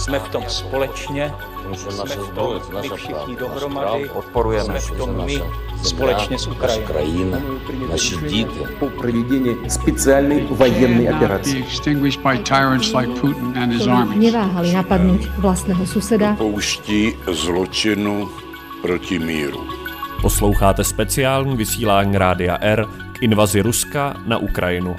Jsme v tom společně, jsme v tom my všichni dohromady, jsme v tom my společně s Ukrajinou. Naša krajina, naši díky. Po provedení speciální vojenské operace. Neváhali napadnout vlastného suseda. Pouští zločinu proti míru. Posloucháte speciální vysílání Rádia R k invazi Ruska na Ukrajinu.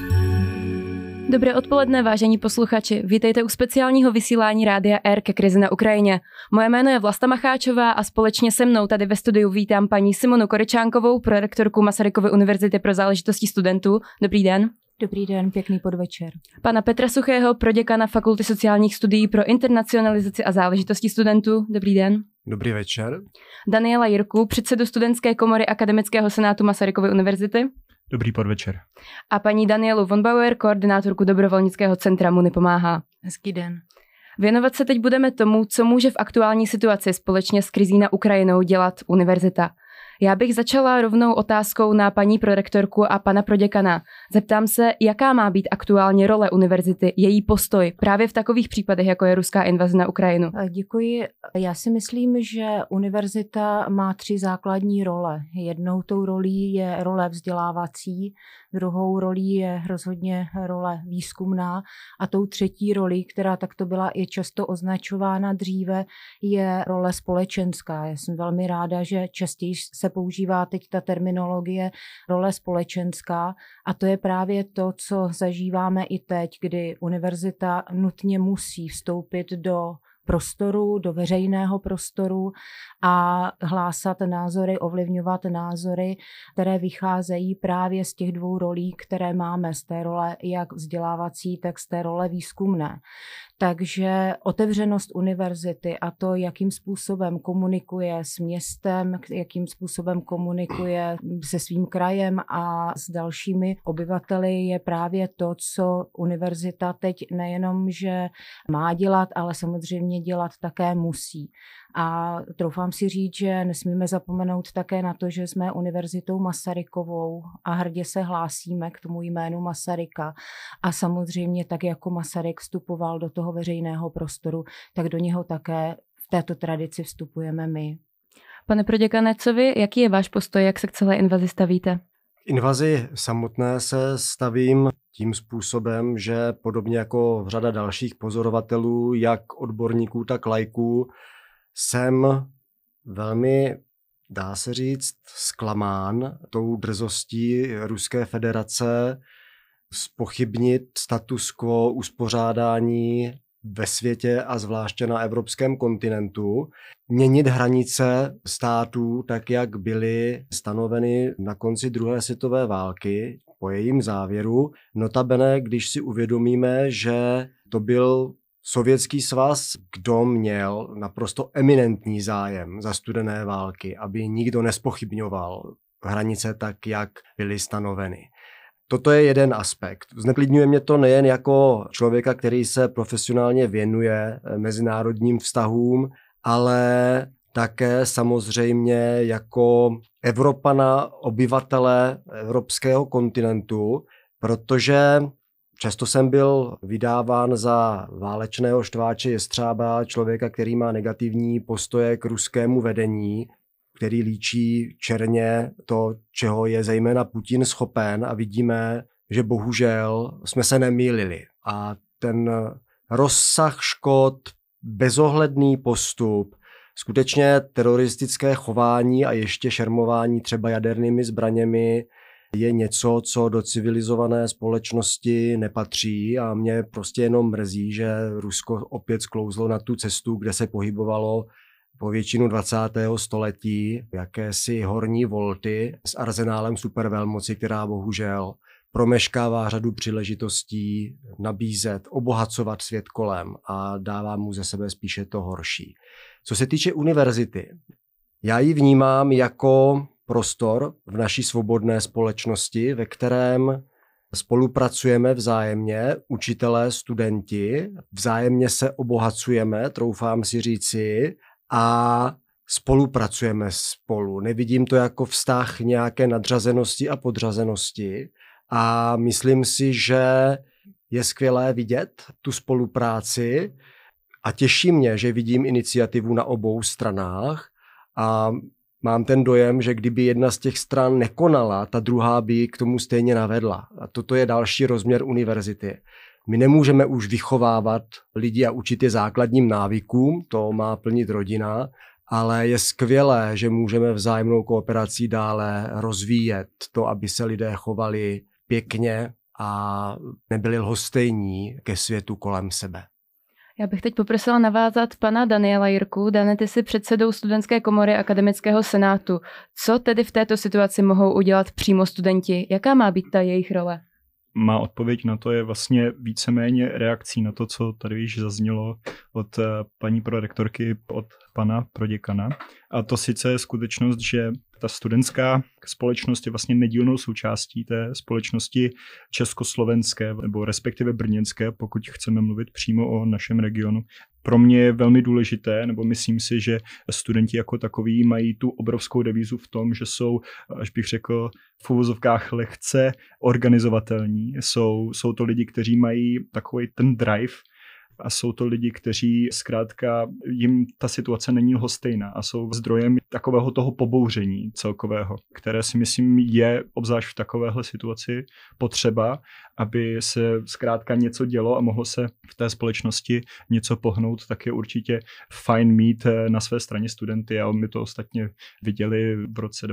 Dobré odpoledne, vážení posluchači. Vítejte u speciálního vysílání Rádia R ke krizi na Ukrajině. Moje jméno je Vlasta Macháčová a společně se mnou tady ve studiu vítám paní Simonu Korečánkovou, prorektorku Masarykovy univerzity pro záležitosti studentů. Dobrý den. Dobrý den, pěkný podvečer. Pana Petra Suchého, proděkana Fakulty sociálních studií pro internacionalizaci a záležitosti studentů. Dobrý den. Dobrý večer. Daniela Jirku, předsedu studentské komory Akademického senátu Masarykovy univerzity. Dobrý podvečer. A paní Danielu von Bauer, koordinátorku dobrovolnického centra Muni pomáhá. Hezký den. Věnovat se teď budeme tomu, co může v aktuální situaci společně s krizí na Ukrajinou dělat univerzita. Já bych začala rovnou otázkou na paní prorektorku a pana proděkana. Zeptám se, jaká má být aktuálně role univerzity, její postoj právě v takových případech, jako je ruská invaze na Ukrajinu. Děkuji. Já si myslím, že univerzita má 3 základní role. Jednou tou rolí je role vzdělávací, druhou rolí je rozhodně role výzkumná a tou třetí rolí, která takto byla i často označována dříve, je role společenská. Já jsem velmi ráda, že častěji se používá teď ta terminologie role společenská a to je právě to, co zažíváme i teď, kdy univerzita nutně musí vstoupit do prostoru, do veřejného prostoru a hlásat názory, ovlivňovat názory, které vycházejí právě z těch 2 rolí, které máme, z té role jak vzdělávací, tak z té role výzkumné. Takže otevřenost univerzity a to, jakým způsobem komunikuje s městem, jakým způsobem komunikuje se svým krajem a s dalšími obyvateli, je právě to, co univerzita teď nejenom, že má dělat, ale samozřejmě dělat také musí. A troufám si říct, že nesmíme zapomenout také na to, že jsme univerzitou Masarykovou a hrdě se hlásíme k tomu jménu Masaryka. A samozřejmě tak, jako Masaryk vstupoval do toho veřejného prostoru, tak do něho také v této tradici vstupujeme my. Pane proděkane, co vy, jaký je váš postoj, jak se k celé invazi stavíte? Invazi samotné se stavím tím způsobem, že podobně jako řada dalších pozorovatelů, jak odborníků, tak laiků, jsem velmi, dá se říct, zklamán tou drzostí Ruské federace zpochybnit status quo uspořádání ve světě a zvláště na evropském kontinentu, měnit hranice států tak, jak byly stanoveny na konci druhé světové války po jejím závěru. Notabene, když si uvědomíme, že to byl Sovětský svaz, kdo měl naprosto eminentní zájem za studené války, aby nikdo nespochybňoval hranice tak, jak byly stanoveny. Toto je jeden aspekt. Zneklidňuje mě to nejen jako člověka, který se profesionálně věnuje mezinárodním vztahům, ale také samozřejmě jako Evropana, obyvatele evropského kontinentu, protože často jsem byl vydáván za válečného štváče jestřába, člověka, který má negativní postoje k ruskému vedení, který líčí černě to, čeho je zejména Putin schopen a vidíme, že bohužel jsme se nemýlili. A ten rozsah škod, bezohledný postup, skutečně teroristické chování a ještě šermování třeba jadernými zbraněmi je něco, co do civilizované společnosti nepatří a mě prostě jenom mrzí, že Rusko opět sklouzlo na tu cestu, kde se pohybovalo po většinu 20. století jakési horní volty s arzenálem supervelmoci, která bohužel promeškává řadu příležitostí nabízet, obohacovat svět kolem a dává mu ze sebe spíše to horší. Co se týče univerzity, já ji vnímám jako prostor v naší svobodné společnosti, ve kterém spolupracujeme vzájemně, učitelé, studenti, vzájemně se obohacujeme, troufám si říci, a spolupracujeme spolu. Nevidím to jako vztah nějaké nadřazenosti a podřazenosti a myslím si, že je skvělé vidět tu spolupráci A těší mě, že vidím iniciativu na obou stranách a mám ten dojem, že kdyby jedna z těch stran nekonala, ta druhá by ji k tomu stejně navedla. A toto je další rozměr univerzity. My nemůžeme už vychovávat lidi a učit je základním návykům, to má plnit rodina, ale je skvělé, že můžeme vzájemnou kooperací dále rozvíjet to, aby se lidé chovali pěkně a nebyli lhostejní ke světu kolem sebe. Já bych teď poprosila navázat pana Daniela Jirku. Dane, ty jsi předsedou studentské komory Akademického senátu. Co tedy v této situaci mohou udělat přímo studenti? Jaká má být ta jejich role? Má odpověď na to je vlastně víceméně reakcí na to, co tady již zaznělo od paní prorektorky, od pana proděkana. A to sice je skutečnost, že ta studentská společnost je vlastně nedílnou součástí té společnosti československé nebo respektive brněnské, pokud chceme mluvit přímo o našem regionu. Pro mě je velmi důležité, nebo myslím si, že studenti jako takoví mají tu obrovskou devízu v tom, že jsou, až bych řekl, v uvozovkách lehce organizovatelní. Jsou to lidi, kteří mají takový ten drive, a jsou to lidi, kteří zkrátka jim ta situace není lhostejná a jsou zdrojem takového toho pobouření celkového, které si myslím je obzvlášť v takovéhle situaci potřeba, aby se zkrátka něco dělo a mohlo se v té společnosti něco pohnout, tak je určitě fajn mít na své straně studenty a my to ostatně viděli v roce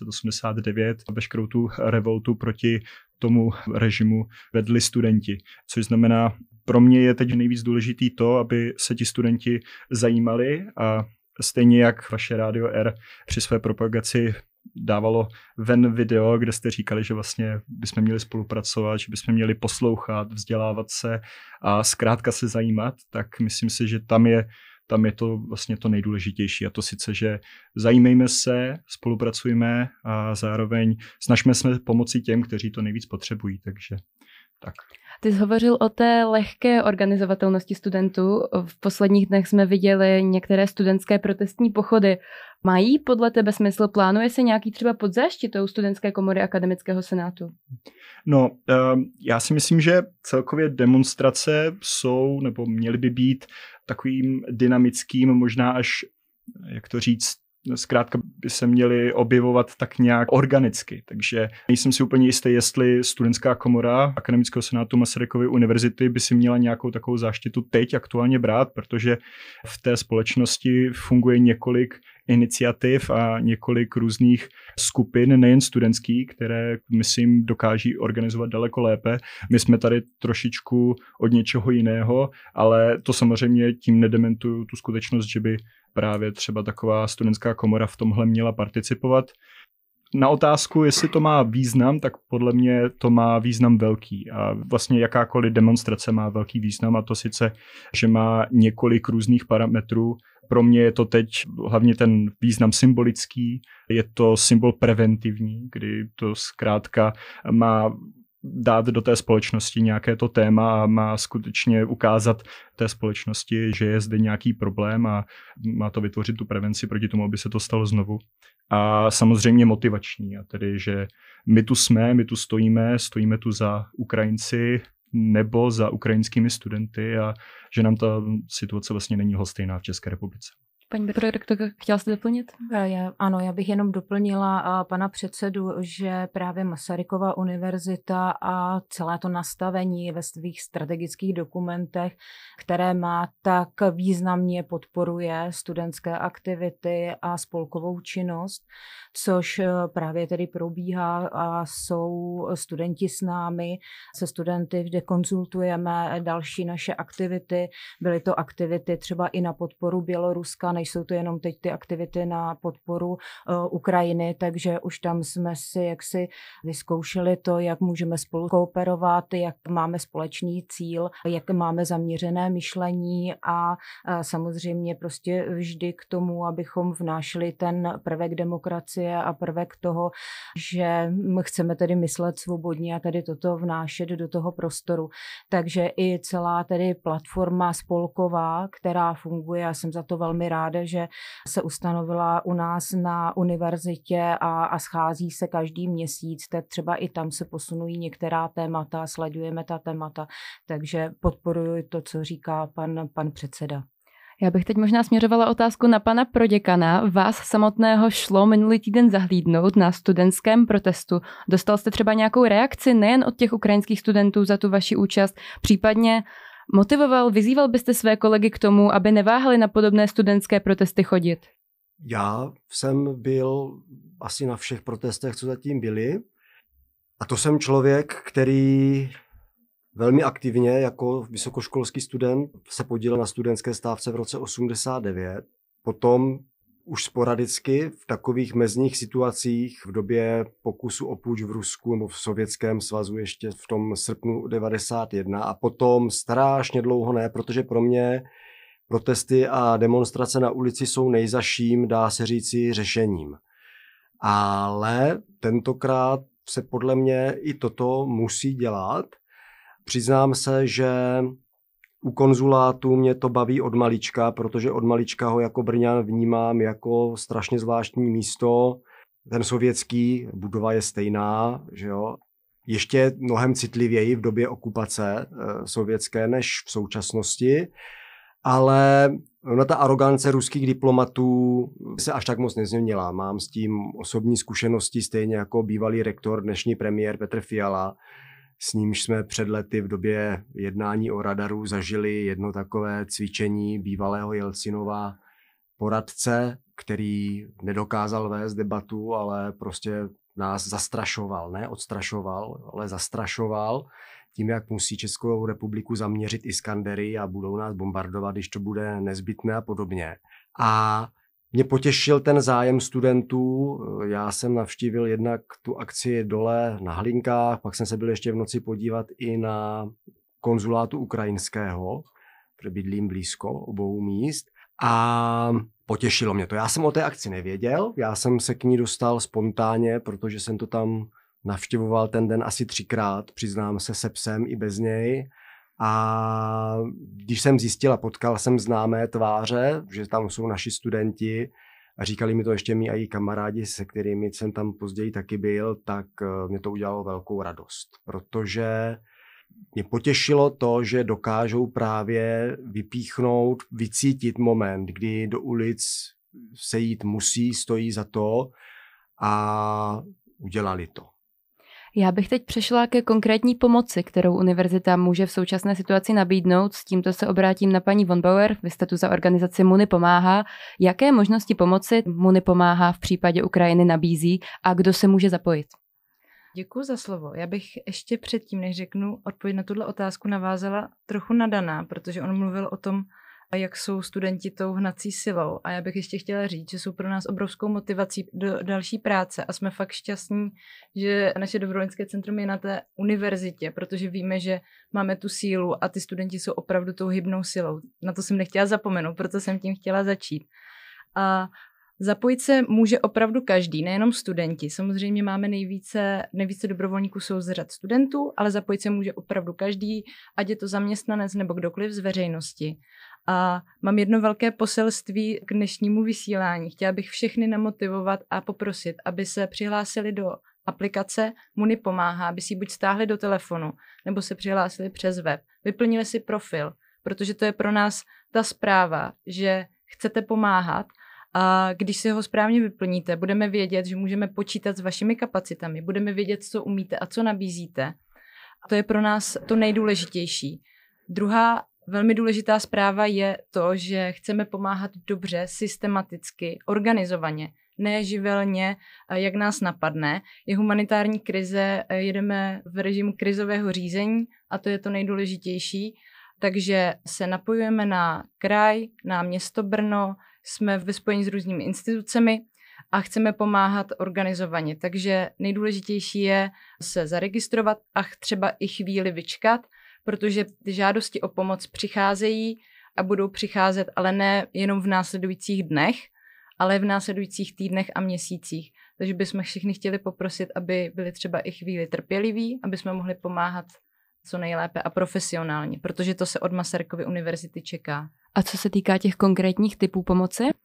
1989 veškerou tu revoltu proti tomu režimu vedli studenti, což znamená, pro mě je teď nejvíc důležitý to, aby se ti studenti zajímali a stejně jak vaše Rádio R při své propagaci dávalo ven video, kde jste říkali, že vlastně bychom měli spolupracovat, že bychom měli poslouchat, vzdělávat se a zkrátka se zajímat, tak myslím si, že tam je to vlastně to nejdůležitější a to sice, že zajímejme se, spolupracujme a zároveň snažme se pomoci těm, kteří to nejvíc potřebují, takže tak. Ty jsi hovořil o té lehké organizovatelnosti studentů. V posledních dnech jsme viděli některé studentské protestní pochody. Mají podle tebe smysl? Plánuje se nějaký třeba pod záštitou studentské komory Akademického senátu? No, já si myslím, že celkově demonstrace jsou, nebo měly by být takovým dynamickým, možná až, jak to říct, zkrátka by se měly objevovat tak nějak organicky, takže nejsem si úplně jistý, jestli studentská komora Akademického senátu Masarykovy univerzity by si měla nějakou takovou záštitu teď aktuálně brát, protože v té společnosti funguje několik iniciativ a několik různých skupin, nejen studentských, které, myslím, dokáží organizovat daleko lépe. My jsme tady trošičku od něčeho jiného, ale to samozřejmě tím nedementuju tu skutečnost, že by právě třeba taková studentská komora v tomhle měla participovat. Na otázku, jestli to má význam, tak podle mě to má význam velký a vlastně jakákoliv demonstrace má velký význam a to sice, že má několik různých parametrů. Pro mě je to teď hlavně ten význam symbolický, je to symbol preventivní, kdy to zkrátka má dát do té společnosti nějaké to téma a má skutečně ukázat té společnosti, že je zde nějaký problém a má to vytvořit tu prevenci proti tomu, aby se to stalo znovu. A samozřejmě motivační, a tedy, že my tu jsme, my tu stojíme tu za Ukrajinci nebo za ukrajinskými studenty a že nám ta situace vlastně není lhostejná v České republice. Paní prorektorka, chtěla jste doplnit? Ano, já bych jenom doplnila pana předsedu, že právě Masarykova univerzita a celé to nastavení ve svých strategických dokumentech, které má, tak významně podporuje studentské aktivity a spolkovou činnost, což právě tedy probíhá a jsou studenti s námi, se studenty vždy konzultujeme další naše aktivity. Byly to aktivity třeba i na podporu Běloruska, nejsou to jenom teď ty aktivity na podporu Ukrajiny, takže už tam jsme si jaksi vyzkoušeli to, jak můžeme spolu kooperovat, jak máme společný cíl, jak máme zaměřené myšlení a samozřejmě prostě vždy k tomu, abychom vnášeli ten prvek demokracie a prvek toho, že chceme tedy myslet svobodně a tedy toto vnášet do toho prostoru. Takže i celá tedy platforma spolková, která funguje, já jsem za to velmi ráda, že se ustanovila u nás na univerzitě a schází se každý měsíc, tak třeba i tam se posunují některá témata, sledujeme ta témata, takže podporuji to, co říká pan předseda. Já bych teď možná směřovala otázku na pana proděkana. Vás samotného šlo minulý týden zahlídnout na studentském protestu. Dostal jste třeba nějakou reakci nejen od těch ukrajinských studentů za tu vaši účast, případně vyzýval byste své kolegy k tomu, aby neváhali na podobné studentské protesty chodit? Já jsem byl asi na všech protestech, co zatím byly. A to jsem člověk, který velmi aktivně jako vysokoškolský student se podílel na studentské stávce v roce 89. Potom už sporadicky v takových mezních situacích v době pokusu o puč v Rusku nebo v Sovětském svazu ještě v tom srpnu 91 a potom strašně dlouho ne, protože pro mě protesty a demonstrace na ulici jsou nejzazším, dá se říci, řešením. Ale tentokrát se podle mě i toto musí dělat. Přiznám se, že u konzulátu mě to baví od malička, protože od malička ho jako Brňan vnímám jako strašně zvláštní místo. Ten sovětský budova je stejná, že jo? Ještě mnohem citlivěji v době okupace sovětské než v současnosti. Ale ta arogance ruských diplomatů se až tak moc nezměnila. Mám s tím osobní zkušenosti, stejně jako bývalý rektor, dnešní premiér Petr Fiala. S nímž jsme před lety v době jednání o radaru zažili jedno takové cvičení bývalého Jelcinova poradce, který nedokázal vést debatu, ale prostě nás zastrašoval, ne odstrašoval, ale zastrašoval tím, jak musí Českou republiku zaměřit Iskandery a budou nás bombardovat, když to bude nezbytné a podobně. A mě potěšil ten zájem studentů. Já jsem navštívil jednak tu akci dole na Hlinkách, pak jsem se byl ještě v noci podívat i na konzulátu ukrajinského, protože bydlím blízko obou míst. A potěšilo mě to. Já jsem o té akci nevěděl, já jsem se k ní dostal spontánně, protože jsem to tam navštěvoval ten den asi 3krát, přiznám se, se psem i bez něj. A když jsem zjistil a potkal jsem známé tváře, že tam jsou naši studenti a říkali mi to ještě mý i kamarádi, se kterými jsem tam později taky byl, tak mě to udělalo velkou radost, protože mě potěšilo to, že dokážou právě vypíchnout, vycítit moment, kdy do ulic se jít musí, stojí za to a udělali to. Já bych teď přešla ke konkrétní pomoci, kterou univerzita může v současné situaci nabídnout. S tímto se obrátím na paní von Bauer, vy jste tu za organizaci Muny pomáhá. Jaké možnosti pomoci Muny pomáhá v případě Ukrajiny nabízí a kdo se může zapojit? Děkuji za slovo. Já bych ještě předtím, než řeknu odpověď na tuhle otázku, navázala trochu na Dana, protože on mluvil o tom, jak jsou studenti tou hnací silou. A já bych ještě chtěla říct, že jsou pro nás obrovskou motivací do další práce a jsme fakt šťastní, že naše dobrovolnické centrum je na té univerzitě, protože víme, že máme tu sílu a ty studenti jsou opravdu tou hybnou silou. Na to jsem nechtěla zapomenout, proto jsem tím chtěla začít. A zapojit se může opravdu každý, nejenom studenti. Samozřejmě máme nejvíce dobrovolníků jsou z řad studentů, ale zapojit se může opravdu každý, ať je to zaměstnanec nebo kdokoliv z veřejnosti. A mám jedno velké poselství k dnešnímu vysílání. Chtěla bych všechny namotivovat a poprosit, aby se přihlásili do aplikace Muny pomáhá, aby si ji buď stáhli do telefonu, nebo se přihlásili přes web. Vyplnili si profil, protože to je pro nás ta zpráva, že chcete pomáhat. A když si ho správně vyplníte, budeme vědět, že můžeme počítat s vašimi kapacitami, budeme vědět, co umíte a co nabízíte. A to je pro nás to nejdůležitější. Druhá velmi důležitá zpráva je to, že chceme pomáhat dobře, systematicky, organizovaně, ne živelně, jak nás napadne. Je humanitární krize, jedeme v režimu krizového řízení a to je to nejdůležitější. Takže se napojujeme na kraj, na město Brno, jsme ve spojení s různými institucemi a chceme pomáhat organizovaně. Takže nejdůležitější je se zaregistrovat a třeba i chvíli vyčkat, protože ty žádosti o pomoc přicházejí a budou přicházet, ale ne jenom v následujících dnech, ale v následujících týdnech a měsících. Takže bychom všichni chtěli poprosit, aby byli třeba i chvíli trpěliví, aby jsme mohli pomáhat co nejlépe a profesionálně, protože to se od Masarykovy univerzity čeká. A co se týká těch konkrétních typů pomoci?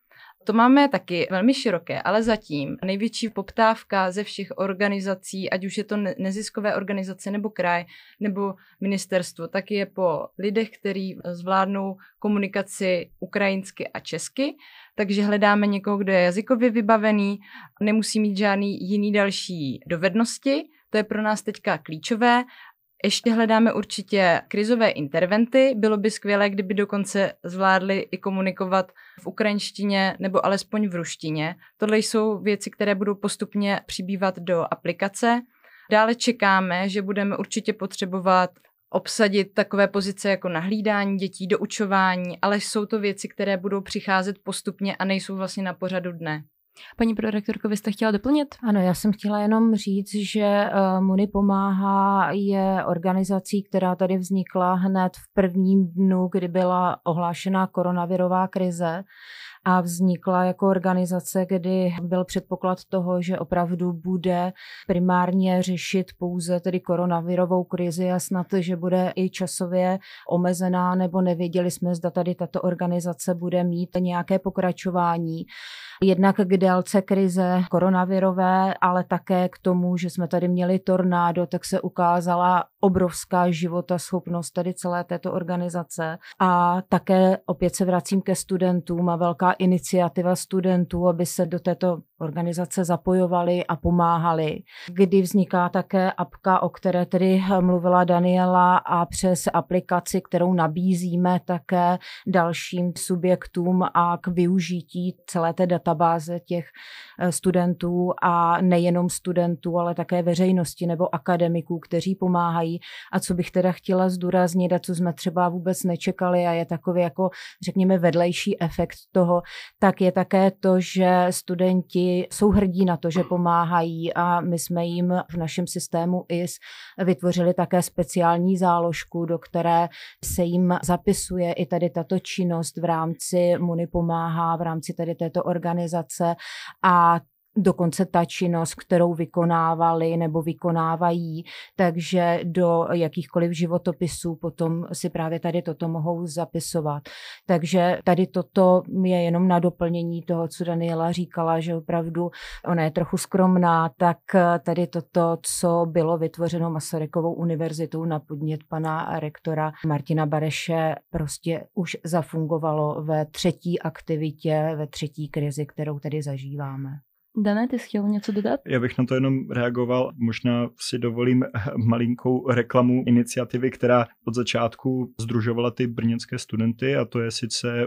To máme taky velmi široké, ale zatím největší poptávka ze všech organizací, ať už je to neziskové organizace nebo kraj nebo ministerstvo, tak je po lidech, kteří zvládnou komunikaci ukrajinsky a česky. Takže hledáme někoho, kdo je jazykově vybavený, nemusí mít žádný jiný další dovednosti. To je pro nás teďka klíčové. Ještě hledáme určitě krizové interventy. Bylo by skvělé, kdyby dokonce zvládli i komunikovat v ukrajinštině nebo alespoň v ruštině. Tohle jsou věci, které budou postupně přibývat do aplikace. Dále čekáme, že budeme určitě potřebovat obsadit takové pozice jako nahlídání dětí, doučování, ale jsou to věci, které budou přicházet postupně a nejsou vlastně na pořadu dne. Paní prorektorko, vy jste chtěla doplnit? Ano, já jsem chtěla jenom říct, že Muni pomáhá je organizací, která tady vznikla hned v prvním dnu, kdy byla ohlášená koronavirová krize. A vznikla jako organizace, kdy byl předpoklad toho, že opravdu bude primárně řešit pouze tedy koronavirovou krizi a snad, že bude i časově omezená, nebo nevěděli jsme, zda tady tato organizace bude mít nějaké pokračování. Jednak k délce krize koronavirové, ale také k tomu, že jsme tady měli tornádo, tak se ukázala obrovská životaschopnost tady celé této organizace. A také opět se vracím ke studentům a velká iniciativa studentů, aby se do této organizace zapojovali a pomáhali. Kdy vzniká také apka, o které tedy mluvila Daniela, a přes aplikaci, kterou nabízíme také dalším subjektům a k využití celé té databáze těch studentů a nejenom studentů, ale také veřejnosti nebo akademiků, kteří pomáhají. A co bych teda chtěla zdůraznit a co jsme třeba vůbec nečekali a je takový jako řekněme vedlejší efekt toho, tak je také to, že studenti jsou hrdí na to, že pomáhají a my jsme jim v našem systému IS vytvořili také speciální záložku, do které se jim zapisuje i tady tato činnost v rámci Muni pomáhá, v rámci tady této organizace a dokonce ta činnost, kterou vykonávali nebo vykonávají, takže do jakýchkoliv životopisů potom si právě tady toto mohou zapisovat. Takže tady toto je jenom na doplnění toho, co Daniela říkala, že opravdu ona je trochu skromná, tak tady toto, co bylo vytvořeno Masarykovou univerzitou na podnět pana rektora Martina Bareše, prostě už zafungovalo ve třetí aktivitě, ve třetí krizi, kterou tady zažíváme. Dané, ty jsi chtěl něco dodat? Já bych na to jenom reagoval. Možná si dovolím malinkou reklamu iniciativy, která od začátku sdružovala ty brněnské studenty, a to je sice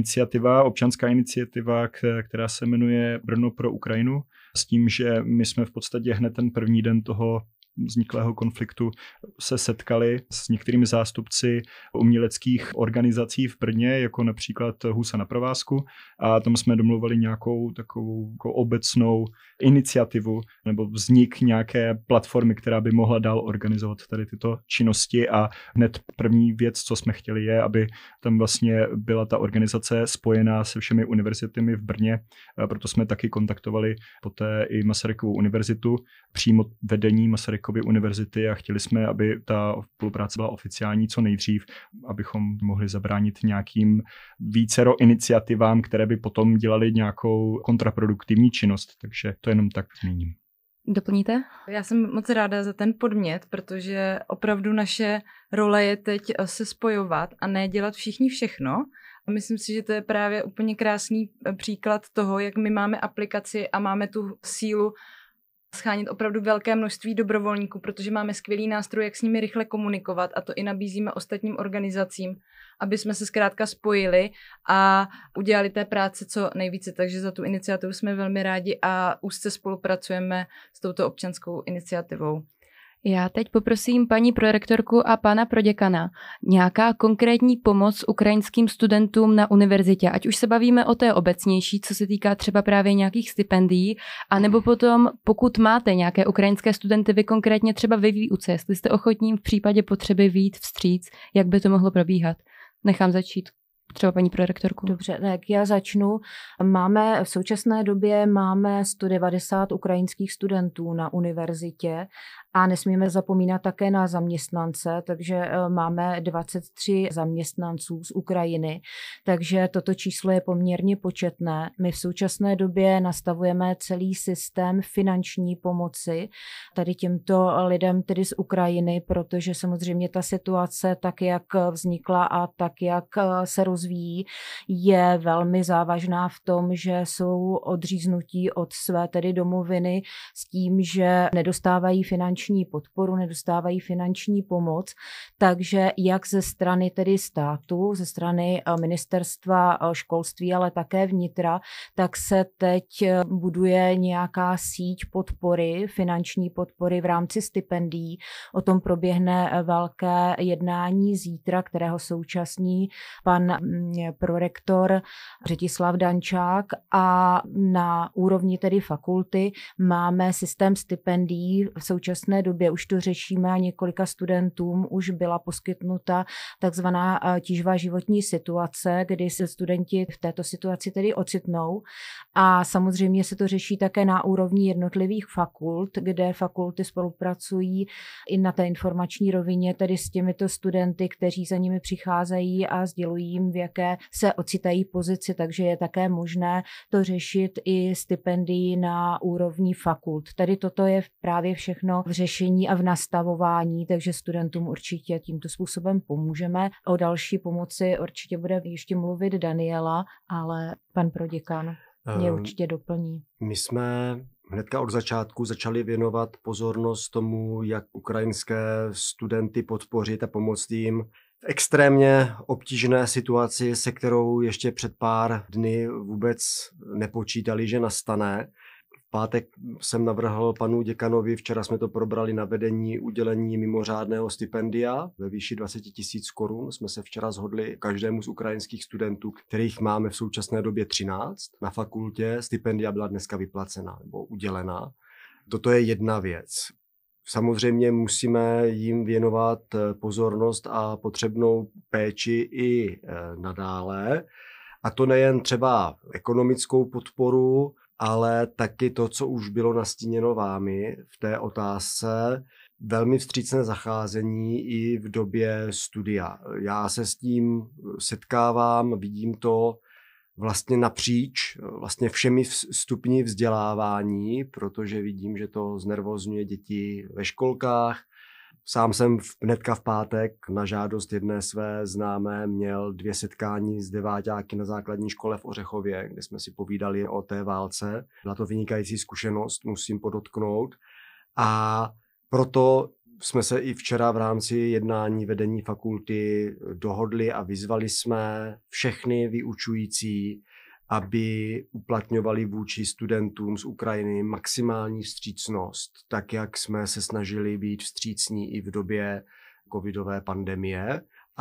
občanská iniciativa, která se jmenuje Brno pro Ukrajinu, s tím, že my jsme v podstatě hned ten první den toho vzniklého konfliktu se setkali s některými zástupci uměleckých organizací v Brně, jako například Husa na provázku, a tam jsme domluvili nějakou takovou jako obecnou iniciativu nebo vznik nějaké platformy, která by mohla dál organizovat tady tyto činnosti, a hned první věc, co jsme chtěli, je, aby tam vlastně byla ta organizace spojená se všemi univerzitami v Brně, proto jsme taky kontaktovali poté i Masarykovu univerzitu, přímo vedení Masarykovy univerzity, a chtěli jsme, aby ta spolupráce byla oficiální co nejdřív, abychom mohli zabránit nějakým vícero iniciativám, které by potom dělaly nějakou kontraproduktivní činnost, takže to jenom tak zmíním. Doplníte? Já jsem moc ráda za ten podnět, protože opravdu naše role je teď se spojovat a ne dělat všichni všechno. A myslím si, že to je právě úplně krásný příklad toho, jak my máme aplikaci a máme tu sílu schánit opravdu velké množství dobrovolníků, protože máme skvělý nástroj, jak s nimi rychle komunikovat, a to i nabízíme ostatním organizacím, aby jsme se zkrátka spojili a udělali té práce co nejvíce. Takže za tu iniciativu jsme velmi rádi a úzce spolupracujeme s touto občanskou iniciativou. Já teď poprosím paní prorektorku a pana proděkana. Nějaká konkrétní pomoc ukrajinským studentům na univerzitě, ať už se bavíme o té obecnější, co se týká třeba právě nějakých stipendií, anebo potom, pokud máte nějaké ukrajinské studenty, vy konkrétně třeba ve výuce, jestli jste ochotní v případě potřeby vyjít vstříc, jak by to mohlo probíhat. Nechám začít třeba paní prorektorku. Dobře, tak já začnu. V současné době máme 190 ukrajinských studentů na univerzitě A nesmíme zapomínat také na zaměstnance, takže máme 23 zaměstnanců z Ukrajiny, takže toto číslo je poměrně početné. My v současné době nastavujeme celý systém finanční pomoci tady těmto lidem tedy z Ukrajiny, protože samozřejmě ta situace, tak jak vznikla a tak jak se rozvíjí, je velmi závažná v tom, že jsou odříznutí od své tedy domoviny s tím, že nedostávají finanční podporu, nedostávají finanční pomoc, takže jak ze strany tedy státu, ze strany ministerstva školství, ale také vnitra, tak se teď buduje nějaká síť podpory, finanční podpory v rámci stipendií. O tom proběhne velké jednání zítra, kterého současní pan prorektor Řetislav Dančák, a na úrovni tedy fakulty máme systém stipendií. V současné době už to řešíme a několika studentům už byla poskytnuta takzvaná tíživá životní situace, kdy se studenti v této situaci tedy ocitnou. A samozřejmě se to řeší také na úrovni jednotlivých fakult, kde fakulty spolupracují i na té informační rovině, tedy s těmito studenty, kteří za nimi přicházejí a sdělují jim, v jaké se ocitají pozici, takže je také možné to řešit i stipendii na úrovni fakult. Tady toto je právě všechno v řešení a v nastavování, takže studentům určitě tímto způsobem pomůžeme. O další pomoci určitě bude ještě mluvit Daniela, ale pan proděkan mě určitě doplní. My jsme hnedka od začátku začali věnovat pozornost tomu, jak ukrajinské studenty podpořit a pomoct jim v extrémně obtížné situaci, se kterou ještě před pár dny vůbec nepočítali, že nastane. V pátek jsem navrhl panu děkanovi, včera jsme to probrali na vedení, udělení mimořádného stipendia ve výši 20 000 korun. Jsme se včera shodli každému z ukrajinských studentů, kterých máme v současné době 13 na fakultě. Stipendia byla dneska vyplacena nebo udělena. Toto je jedna věc. Samozřejmě musíme jim věnovat pozornost a potřebnou péči i nadále. A to nejen třeba ekonomickou podporu, ale taky to, co už bylo nastíněno vámi v té otázce, velmi vstřícné zacházení i v době studia. Já se s tím setkávám, vidím to vlastně napříč, vlastně všemi stupni vzdělávání, protože vidím, že to znervozňuje děti ve školkách. Sám jsem hnedka v pátek na žádost jedné své známé měl 2 setkání s deváťáky na základní škole v Ořechově, kde jsme si povídali o té válce. Byla to vynikající zkušenost, musím podotknout. A proto jsme se i včera v rámci jednání vedení fakulty dohodli a vyzvali jsme všechny vyučující, aby uplatňovali vůči studentům z Ukrajiny maximální vstřícnost, tak jak jsme se snažili být vstřícní i v době covidové pandemie,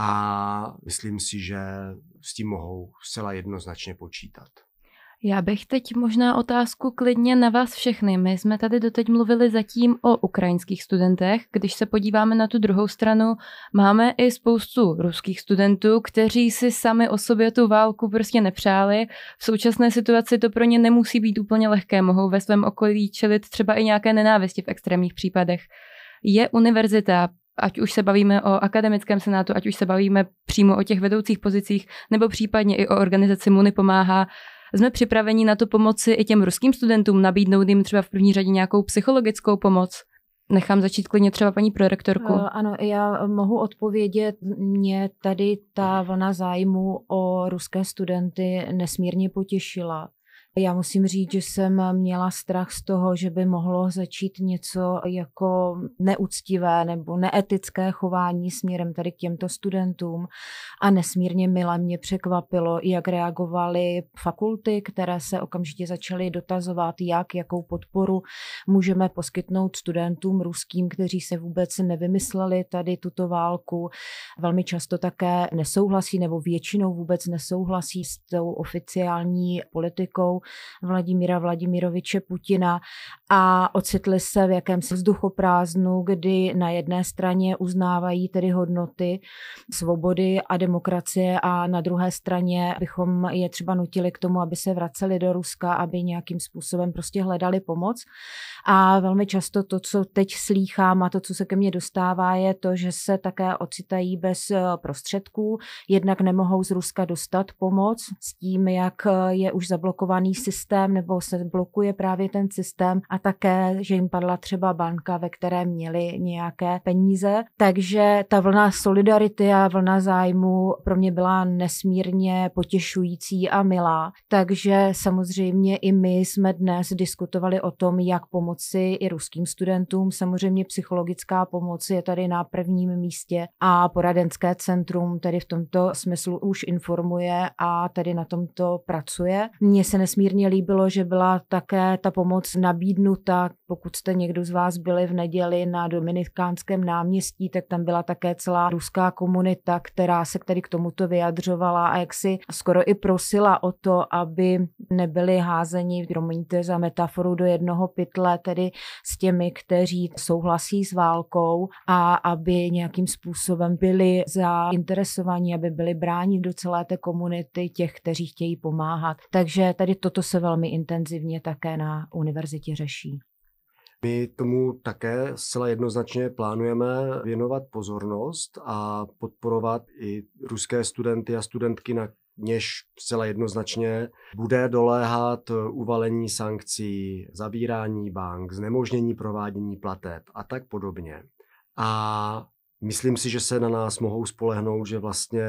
a myslím si, že s tím mohou zcela jednoznačně počítat. Já bych teď možná otázku klidně na vás všechny. My jsme tady doteď mluvili zatím o ukrajinských studentech. Když se podíváme na tu druhou stranu, máme i spoustu ruských studentů, kteří si sami o sobě tu válku prostě nepřáli. V současné situaci to pro ně nemusí být úplně lehké. Mohou ve svém okolí čelit třeba i nějaké nenávisti v extrémních případech. Je univerzita, ať už se bavíme o akademickém senátu, ať už se bavíme přímo o těch vedoucích pozicích, nebo případně i o organizaci Muni pomáhá, jsme připraveni na to pomoci i těm ruským studentům, nabídnout jim třeba v první řadě nějakou psychologickou pomoc? Nechám začít klidně třeba paní prorektorku. Ano, já mohu odpovědět. Mě tady ta vlna zájmu o ruské studenty nesmírně potěšila. Já musím říct, že jsem měla strach z toho, že by mohlo začít něco jako neúctivé nebo neetické chování směrem tady k těmto studentům, a nesmírně mile mě překvapilo, jak reagovaly fakulty, které se okamžitě začaly dotazovat, jakou podporu můžeme poskytnout studentům ruským, kteří se vůbec nevymysleli tady tuto válku. Velmi často také nesouhlasí nebo většinou vůbec nesouhlasí s tou oficiální politikou Vladimíra Vladimiroviče Putina a ocitli se v jakémsi vzduchoprázdnu, kdy na jedné straně uznávají tedy hodnoty svobody a demokracie a na druhé straně bychom je třeba nutili k tomu, aby se vraceli do Ruska, aby nějakým způsobem prostě hledali pomoc. A velmi často to, co teď slýchám a to, co se ke mně dostává, je to, že se také ocitají bez prostředků. Jednak nemohou z Ruska dostat pomoc s tím, jak je už zablokovaný systém nebo se blokuje právě ten systém a také, že jim padla třeba banka, ve které měli nějaké peníze. Takže ta vlna solidarity a vlna zájmu pro mě byla nesmírně potěšující a milá. Takže samozřejmě i my jsme dnes diskutovali o tom, jak pomoci i ruským studentům. Samozřejmě psychologická pomoc je tady na prvním místě a poradenské centrum tedy v tomto smyslu už informuje a tedy na tomto pracuje. Mně se nesmírně líbilo, že byla také ta pomoc nabídnuta. Pokud jste někdo z vás byli v neděli na Dominikánském náměstí, tak tam byla také celá ruská komunita, která se tedy k tomuto vyjadřovala a jak si skoro i prosila o to, aby nebyli házeni, promiňte za metaforu, do jednoho pytle, tedy s těmi, kteří souhlasí s válkou a aby nějakým způsobem byli zainteresovaní, aby byli bráni do celé té komunity těch, kteří chtějí pomáhat. Takže tady toto se velmi intenzivně také na univerzitě řeší. My tomu také zcela jednoznačně plánujeme věnovat pozornost a podporovat i ruské studenty a studentky, na něž zcela jednoznačně bude doléhat uvalení sankcí, zavírání bank, znemožnění provádění plateb a tak podobně. A myslím si, že se na nás mohou spolehnout, že vlastně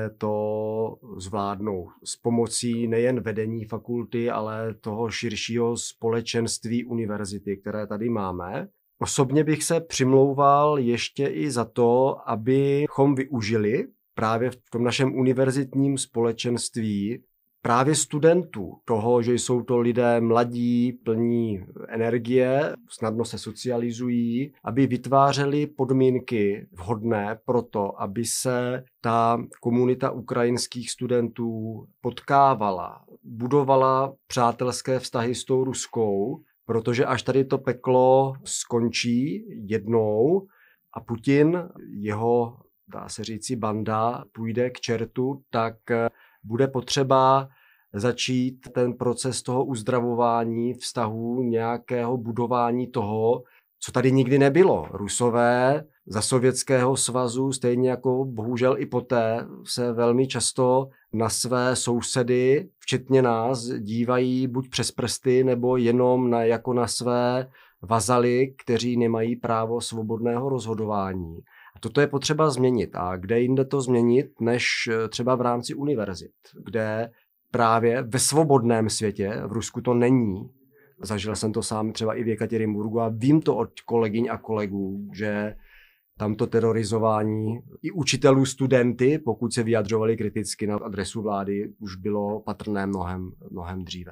to zvládnou s pomocí nejen vedení fakulty, ale toho širšího společenství univerzity, které tady máme. Osobně bych se přimlouval ještě i za to, abychom využili právě v tom našem univerzitním společenství právě studentů, toho, že jsou to lidé mladí, plní energie, snadno se socializují, aby vytvářeli podmínky vhodné pro to, aby se ta komunita ukrajinských studentů potkávala, budovala přátelské vztahy s tou ruskou, protože až tady to peklo skončí jednou a Putin, jeho, dá se říci, banda půjde k čertu, tak bude potřeba začít ten proces toho uzdravování vztahů, nějakého budování toho, co tady nikdy nebylo. Rusové za Sovětského svazu, stejně jako bohužel i poté, se velmi často na své sousedy, včetně nás, dívají buď přes prsty, nebo jenom jako na své vazaly, kteří nemají právo svobodného rozhodování. A toto je potřeba změnit. A kde jinde to změnit, než třeba v rámci univerzit, kde právě ve svobodném světě, v Rusku to není. Zažil jsem to sám třeba i v Jekatěrinburgu a vím to od kolegyň a kolegů, že tam to terorizování i učitelů, studenty, pokud se vyjadřovali kriticky na adresu vlády, už bylo patrné mnohem dříve.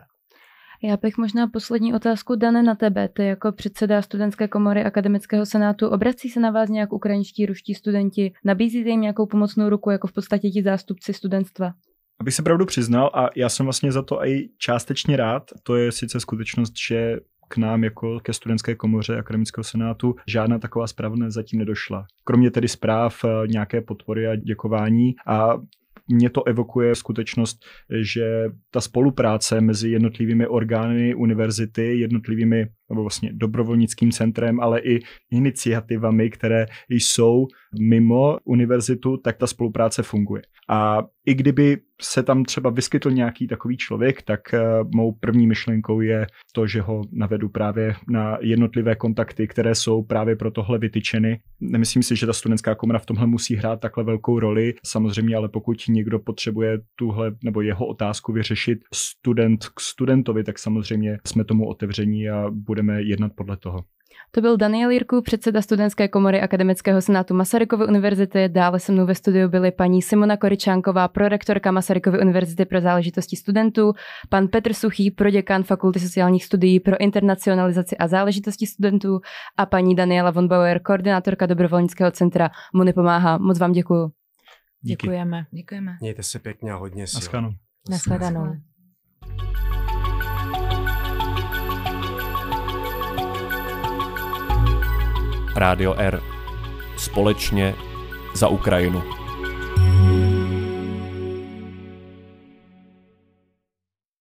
Já bych možná poslední otázku, Dane, na tebe. Ty jako předseda Studentské komory Akademického senátu, obrací se na vás nějak ukrajinští, ruští studenti? Nabízíte jim nějakou pomocnou ruku, jako v podstatě ti zástupci studentstva? Abych se pravdu přiznal, a já jsem vlastně za to i částečně rád, to je sice skutečnost, že k nám jako ke Studentské komoře Akademického senátu žádná taková zpráva zatím nedošla. Kromě tedy zpráv nějaké podpory a děkování a mě to evokuje skutečnost, že ta spolupráce mezi jednotlivými orgány univerzity, jednotlivými nebo vlastně dobrovolnickým centrem, ale i iniciativami, které jsou mimo univerzitu, tak ta spolupráce funguje. A i kdyby se tam třeba vyskytl nějaký takový člověk, tak mou první myšlenkou je to, že ho navedu právě na jednotlivé kontakty, které jsou právě pro tohle vytyčeny. Nemyslím si, že ta studentská komora v tomhle musí hrát takhle velkou roli. Samozřejmě, ale pokud někdo potřebuje tuhle nebo jeho otázku vyřešit student k studentovi, tak samozřejmě jsme tomu otevření a budeme jednat podle toho. To byl Daniel Jirků, předseda Studentské komory Akademického senátu Masarykovy univerzity. Dále se mnou ve studiu byly paní Simona Koričánková, prorektorka Masarykovy univerzity pro záležitosti studentů, pan Petr Suchý, proděkan Fakulty sociálních studií pro internacionalizaci a záležitosti studentů a paní Daniela von Bauer, koordinátorka dobrovolnického centra Muni pomáhá. Moc vám děkuju. Díky. Děkujeme. Mějte se pěkně a hodně sil. Naschledanou. Nashledanou. Rádio R. Společně za Ukrajinu.